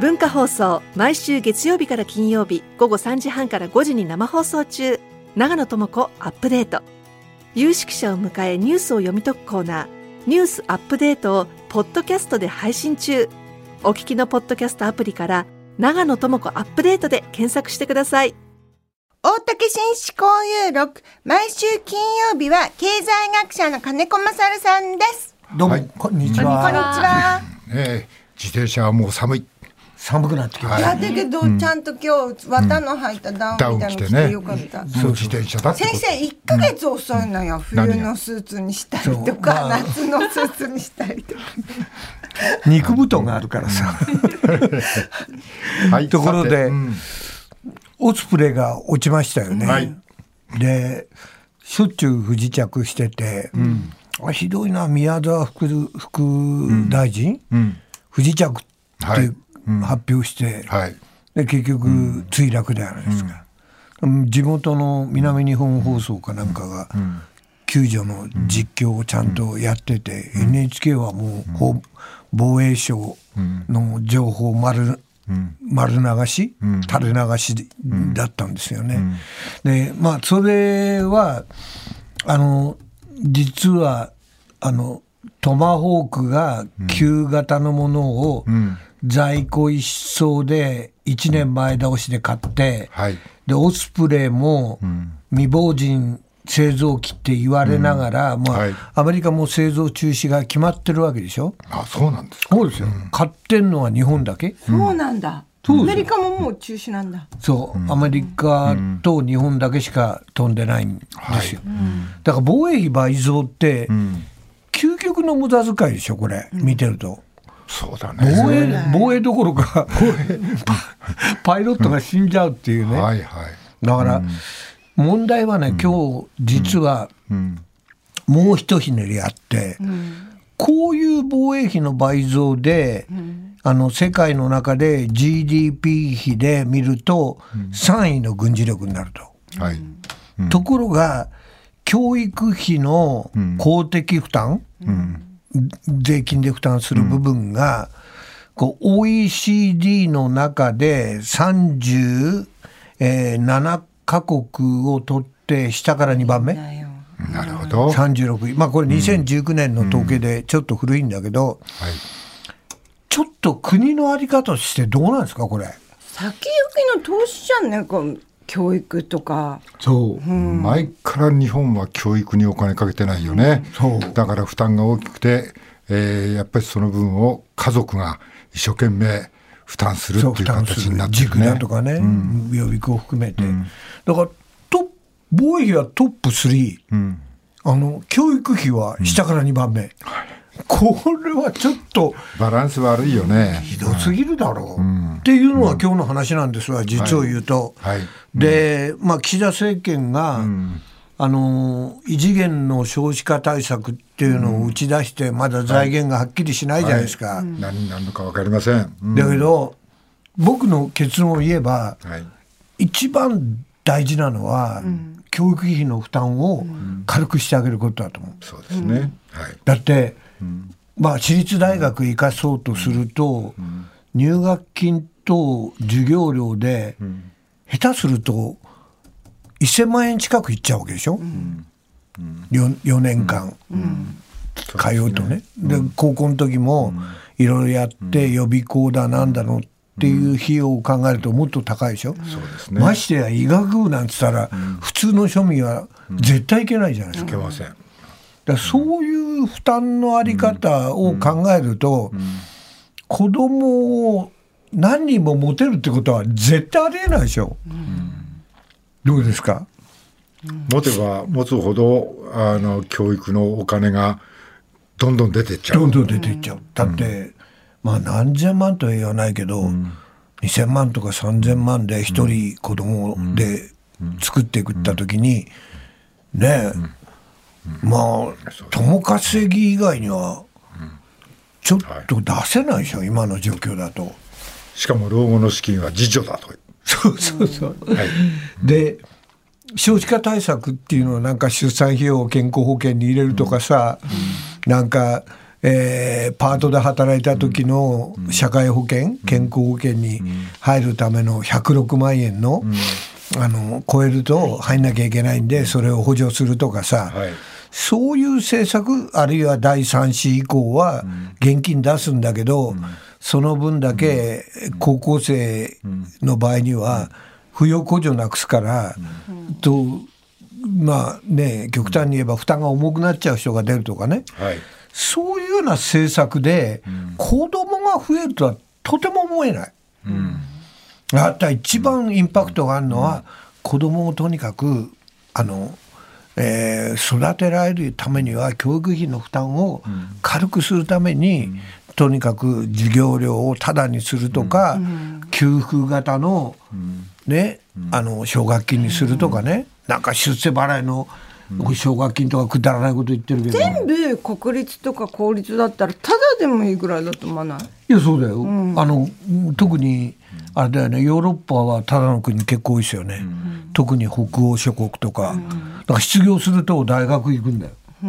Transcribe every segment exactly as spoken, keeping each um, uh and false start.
文化放送、毎週月曜日から金曜日午後さんじはんからごじに生放送中、長野智子アップデート。有識者を迎えニュースを読み解くコーナー、ニュースアップデートをポッドキャストで配信中。お聞きのポッドキャストアプリから長野智子アップデートで検索してください。 大竹紳士交友録、毎週金曜日は経済学者の金子勝さんです。 どうも、 はい、 こんにちは。 こんにちは。 えー自転車はもう寒い。 寒くなってきまいやした。 だけど、ちゃんと今日綿の入ったダウンみたいなの着てよかった、 もう自転車だってこと。 先生いっかげつ遅いのよ、冬のスーツにしたりとか、 そうまあ夏のスーツにしたりとか肉布団があるからさ。 はい、 ところでさてうんオスプレイが落ちましたよね。 はいで、しょっちゅう不時着してて、あひどいな、宮沢副、副大臣、 うん不時着ってはい発表して、 はいで結局墜落じゃないですか。地元の南日本放送かなんかが救助の実況をちゃんとやってて、エヌエイチケー はもうほ防衛省の情報丸丸流し、垂れ流しだったんですよね。で、まあそれはあの実はあのトマホークが旧型のものを在庫一掃でいちねんまえ倒しで買って、 はいでオスプレイも未亡人製造機って言われながら、まあはいアメリカも製造中止が決まってるわけでしょ。 あそうなんですか。 そうですよ、買ってんのは日本だけ。 そうなんだ、アメリカももう中止なんだ。 そう、アメリカと日本だけしか飛んでないんですよ、だから防衛費倍増って、究極の無駄遣いでしょこれ、見てると。 そうだ防衛ね。 防衛どころかパイロットが死んじゃうっていうね、 はいはいだから問題はね、今日実はもうひとひねりあって、こういう防衛費の倍増で、あの世界の中で ジーディーピー 比で見るとさんいの軍事力になると、 はいところが教育費の公的負担、税金で負担する部分が、こう オーイーシーディー の中でさんじゅうななカ国を取って下からにばんめ、 なるほど。 さんじゅうろくい、まあこれにせんじゅうきゅうねんの統計でちょっと古いんだけど、 はいちょっと国の在り方としてどうなんですかこれ。 先行きの投資じゃんね、こう教育とか。 そう、 前から日本は教育にお金かけてないよね。 そうだから負担が大きくて、えーやっぱりその分を家族が一生懸命負担するっていう形になってる塾ね。 だとかね、予備校を含めて、だからト防衛費はトップスリー、あの教育費は下からにばんめ、これはちょっとバランス悪いよね。 ひどすぎるだろう、っていうのが今日の話なんですが、実を言うと、 はいはいで、まあ、岸田政権が、あの異次元の少子化対策っていうのを打ち出して、まだ財源がはっきりしないじゃないですか、 はい何になるのか分かりません。うんだけど僕の結論を言えば、 はい一番大事なのは、教育費の負担を軽くしてあげることだと思う。 そうですね。はいだって、まあ、私立大学行かそうとすると、入学金と授業料で、下手するとせんまんえん近くいっちゃうわけでしょ、よ, よねんかん通うとね、で高校の時もいろいろやって予備校だなんだのっていう費用を考えるともっと高いでしょ、 そうですね。 ましてや医学部なんて言ったら、普通の庶民は絶対いけないじゃないですか。 いけません。 だからそういう負担のあり方を考えると、子供を何人も持てるってことは絶対ありえないでしょ、どうですか。 持てば持つほどあの教育のお金がどんどん出てっちゃう。 どんどん出ていっちゃう。だって、まあ何千万とは言わないけど、にせんまんとかさんぜんまんで一人子供で作っていくった時に、ねえ、まあ共稼ぎ以外にはちょっと出せないでしょ、今の状況だと。 しかも老後の資金は自助だと。 そうそうそう、 はい、 で少子化対策っていうのはなんか出産費用を健康保険に入れるとかさ、なんかえー、パートで働いた時の社会保険、健康保険に入るためのひゃくろくまんえんの、あの超えると入んなきゃいけないんで、それを補助するとかさ、はい、そういう政策、あるいはだいさん子以降は現金出すんだけど、その分だけ高校生の場合には扶養控除なくすからと、まあね、極端に言えば負担が重くなっちゃう人が出るとかね、はい、そういうような政策で子供が増えるとはとても思えない、うん、あと一番インパクトがあるのは、うん、子供をとにかくあの、えー、育てられるためには教育費の負担を軽くするために、うん、とにかく授業料をタダにするとか、うん、給付型の、ね、あの奨学金にするとかね、なんか出世払いの奨学金とかくだらないこと言ってるけど、 全部国立とか公立だったらタダでもいいぐらいだと思わない？ いやそうだよ、うん、あの特にあれだよね、ヨーロッパはタダの国結構多いですよね、うん、特に北欧諸国とか、うん、だから失業すると大学行くんだよ、うん、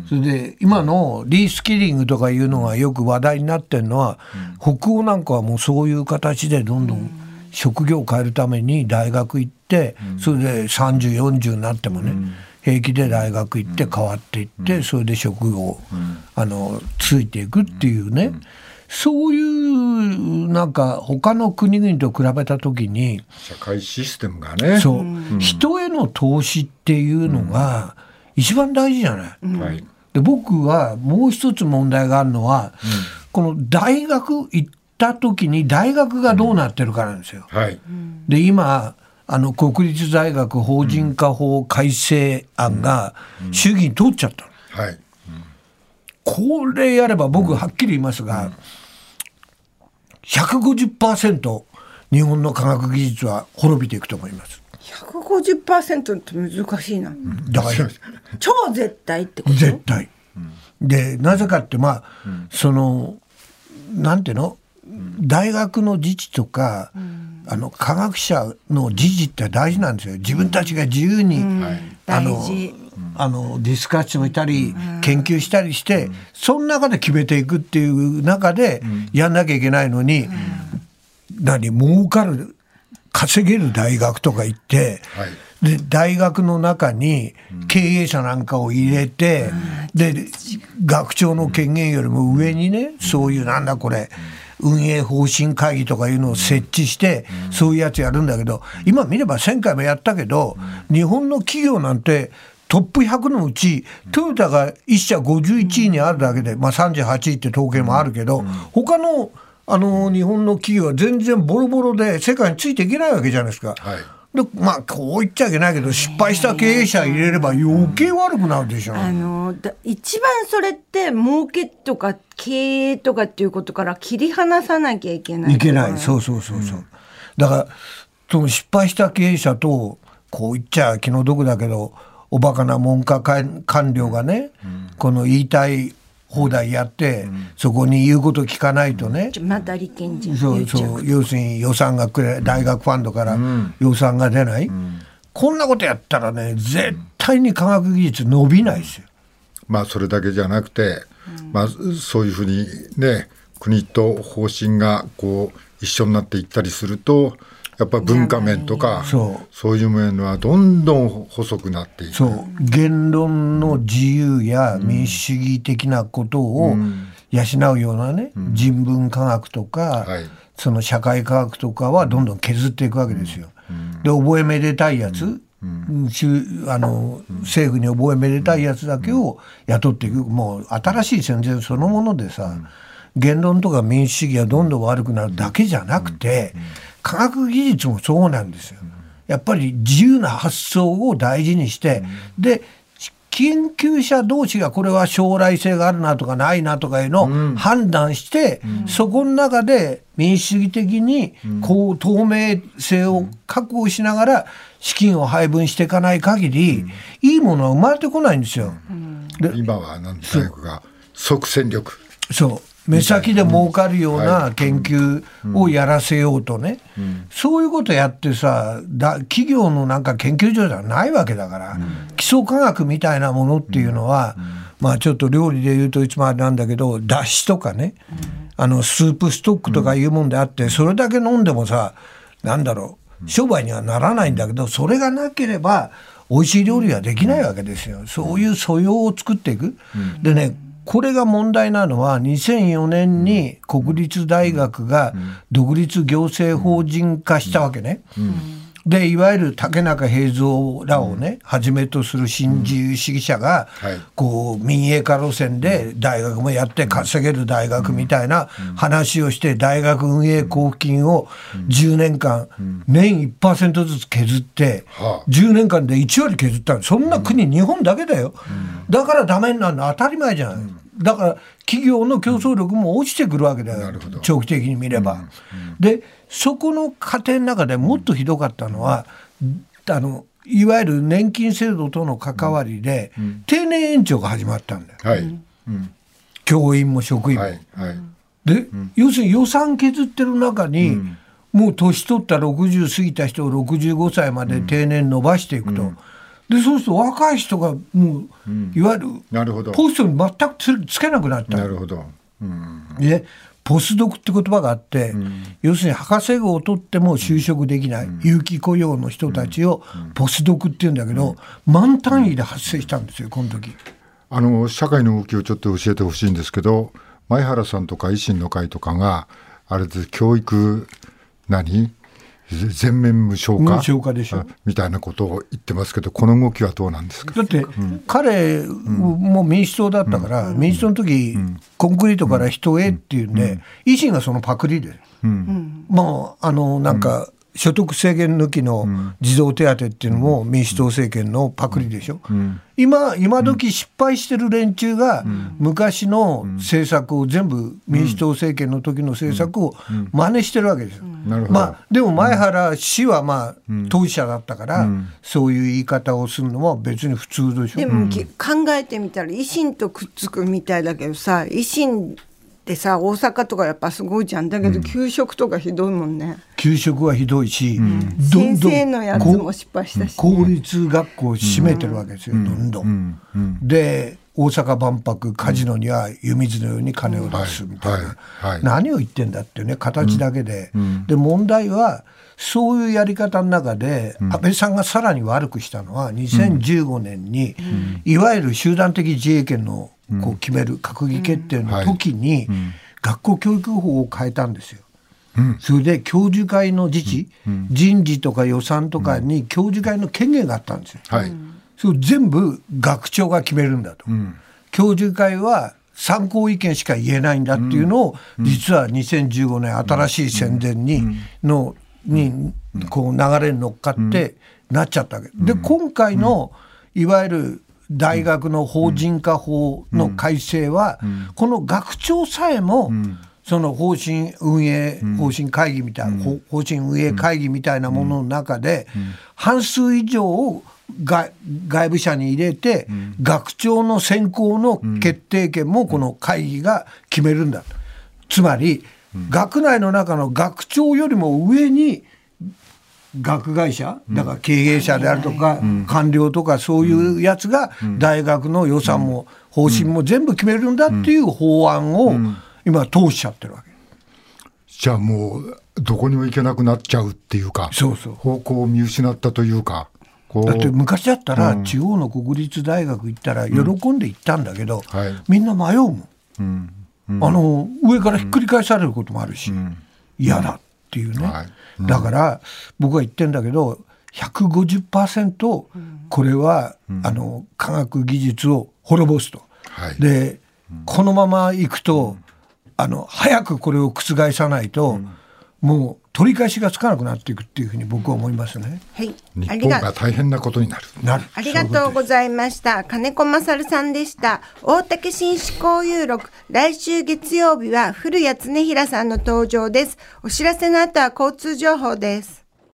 それで今のリースキリングとかいうのがよく話題になってるのは、うん、北欧なんかはもうそういう形でどんどん職業を変えるために大学行って、うん、それでさんじゅう、よんじゅうになってもね、うん、平気で大学行って変わっていって、うん、それで職業を、うん、あのついていくっていうね、うん、そういうなんか他の国々と比べた時に社会システムがね、 そう、うん、人への投資っていうのが一番大事じゃない、うん、で僕はもう一つ問題があるのは、うん、この大学行った時に大学がどうなってるかなんですよ、うん、はい、で今あの国立大学法人化法改正案が衆議院通っちゃったの、うんはい、これやれば僕はっきり言いますが、うん、ひゃくごじゅっパーセント 日本の科学技術は滅びていくと思います。 ひゃくごじゅっパーセント って難しいな、うん、だから超絶対ってこと？ 絶対、うん、でなぜかってまあ、うん、そのなんていうの、大学の自治とか、うん、あの科学者の自治って大事なんですよ。自分たちが自由に、うん、あのあのディスカッションしたり、うん、研究したりして、うん、その中で決めていくっていう中でやんなきゃいけないのに、うん、何儲かる稼げる大学とか行って、はい、で大学の中に経営者なんかを入れて、うん、で学長の権限よりも上にね、うん、そういうなんだこれ、うん、運営方針会議とかいうのを設置して、うん、そういうやつやるんだけど、今見ればせんかいもやったけど、うん、日本の企業なんてトップひゃくのうちトヨタがいっ社ごじゅういちいにあるだけで、まあ、さんじゅうはちいって統計もあるけど、うん、他のあの日本の企業は全然ボロボロで世界についていけないわけじゃないですか、はい、でまあこう言っちゃいけないけど、失敗した経営者入れれば余計悪くなるでしょ、うん、 あのだ一番それって儲けとか経営とかっていうことから切り離さなきゃいけない、 いけない、そうそうそうそう、うん、だからその失敗した経営者と、こう言っちゃ気の毒だけどおバカな文科官僚がね、うん、この言いたい放題やって、うん、そこに言うこと聞かないとね、 また利権じゃん、 そうそう、要するに予算がくれ、大学ファンドから予算が出ない、うん、こんなことやったらね、絶対に科学技術伸びないですよ、 うん、まあそれだけじゃなくて、うん、まあそういうふうにね、国と方針がこう一緒になっていったりすると、やっぱ文化面とかそう、そういう面はどんどん細くなっていく。 そう、言論の自由や民主主義的なことを養うようなね、うん、人文科学とか、はい、その社会科学とかはどんどん削っていくわけですよ、うん、で覚えめでたいやつ、うん、あの政府に覚えめでたいやつだけを雇っていく、もう新しい戦前そのものでさ、うん、言論とか民主主義がどんどん悪くなるだけじゃなくて、うんうん、科学技術もそうなんですよ。やっぱり自由な発想を大事にして、うん、で研究者同士がこれは将来性があるなとかないなとかいうのを判断して、うん、そこの中で民主主義的にこう透明性を確保しながら資金を配分していかない限り、うん、いいものは生まれてこないんですよ、 うん、で今は何大学が即戦力、 そう目先で儲かるような研究をやらせようとね、うんうん、そういうことやってさ、だ企業のなんか研究所じゃないわけだから、うん、基礎科学みたいなものっていうのは、 まあちょっと料理で言うといつもあれなんだけど、だしとかね、うん、あのスープストックとかいうもんであって、うん、それだけ飲んでもさ、なんだろう、商売にはならないんだけど、それがなければ美味しい料理はできないわけですよ。そういう素養を作っていく、うん、でね、これが問題なのはにせんよねんに国立大学が独立行政法人化したわけね、うんうん、でいわゆる竹中平蔵らをね、はじめとする新自由主義者が、こう民営化路線で大学もやって稼げる大学みたいな話をして、大学運営交付金をじゅうねんかん年 いちパーセント ずつ削って、じゅうねんかんでいちわり削ったの。そんな国日本だけだよ。だからダメになるの当たり前じゃない。だから企業の競争力も落ちてくるわけだよ、長期的に見れば、うんうん、でそこの過程の中でもっとひどかったのは、あのいわゆる年金制度との関わりで、うん、定年延長が始まったんだよ、はい、うん、教員も職員も、はいはい、で、うん、要するに予算削ってる中に、うん、もう年取ったろくじゅう過ぎた人をろくじゅうごさいまで定年伸ばしていくと、うん、でそうすると若い人がもう、うん、いわゆるポストに全くつけなくなった。 なるほど、うん、 でポスドクって言葉があって、うん、要するに博士号を取っても就職できない、うん、有期雇用の人たちをポスドクって言うんだけど、うん、万単位で発生したんですよ、この時。 あの社会の動きをちょっと教えてほしいんですけど、前原さんとか維新の会とかがあれで教育何全面無償化、 無償化でしょみたいなことを言ってますけど、この動きはどうなんですか。 だって、うん、彼も民主党だったから、うん、民主党の時、うん、コンクリートから人へっていうんで、うん、維新がそのパクリで、うん、まああのなんか、うん、所得制限抜きの児童手当っていうのも民主党政権のパクリでしょ、うん、今今時失敗してる連中が昔の政策を全部民主党政権の時の政策を真似してるわけですよ、うんうん、まあ、でも前原氏はまあ当事者だったから、うん、そういう言い方をするのは別に普通でしょ。 でも、うん、考えてみたら維新とくっつくみたいだけどさ、維新でさ、大阪とかやっぱすごいじゃん。だけど給食とかひどいもんね、うん、 給食はひどいし、うん、 どんどん先生のやつも失敗したし、ね、 公立学校を閉めてるわけですよ、うん、どんどん、うんうん、で大阪万博カジノには湯水のように金を出すみたいな、うんはいはいはい、何を言ってんだっていうね、形だけで、うん、で問題はそういうやり方の中で、うん、安倍さんがさらに悪くしたのはにせんじゅうごねんに、うん、いわゆる集団的自衛権のこう決める閣議決定の時に、うんはい、学校教育法を変えたんですよ、うん、それで教授会の自治、うん、人事とか予算とかに教授会の権限があったんですよ、はい、それ全部学長が決めるんだと、うん、教授会は参考意見しか言えないんだっていうのを、うん、実はにせんじゅうごねん新しい宣伝に、うん、のにこう流れに乗っかってなっちゃったわけで、今回のいわゆる大学の法人化法の改正は、この学長さえもその方針運営方針会議みたいな、方針運営会議みたいなものの中で半数以上を外部者に入れて、学長の選考の決定権もこの会議が決めるんだと。つまり学内の中の学長よりも上に学会社だから経営者であるとか官僚とかそういうやつが大学の予算も方針も全部決めるんだっていう法案を今通しちゃってるわけ。 じゃあもうどこにも行けなくなっちゃうっていうか、 そうそう、 方向を見失ったというか、こうだって昔だったら地方の国立大学行ったら喜んで行ったんだけど、うんはい、みんな迷うもん、うんうん、あの上からひっくり返されることもあるし、うん、嫌だっていうね、はいうん、だから僕は言ってんだけど ひゃくごじゅっパーセント これは、うん、あの科学技術を滅ぼすと、はい、で、うん、このままいくと、うん、あの早くこれを覆さないと、うん、もう取り返しがつかなくなっていくっていうふうに僕は思いますね、 はい、 日本が大変なことになるなるありがとうございました。金子勝さんでした。大竹新思考有録、来週月曜日は古谷恒平さんの登場です。お知らせの後は交通情報です。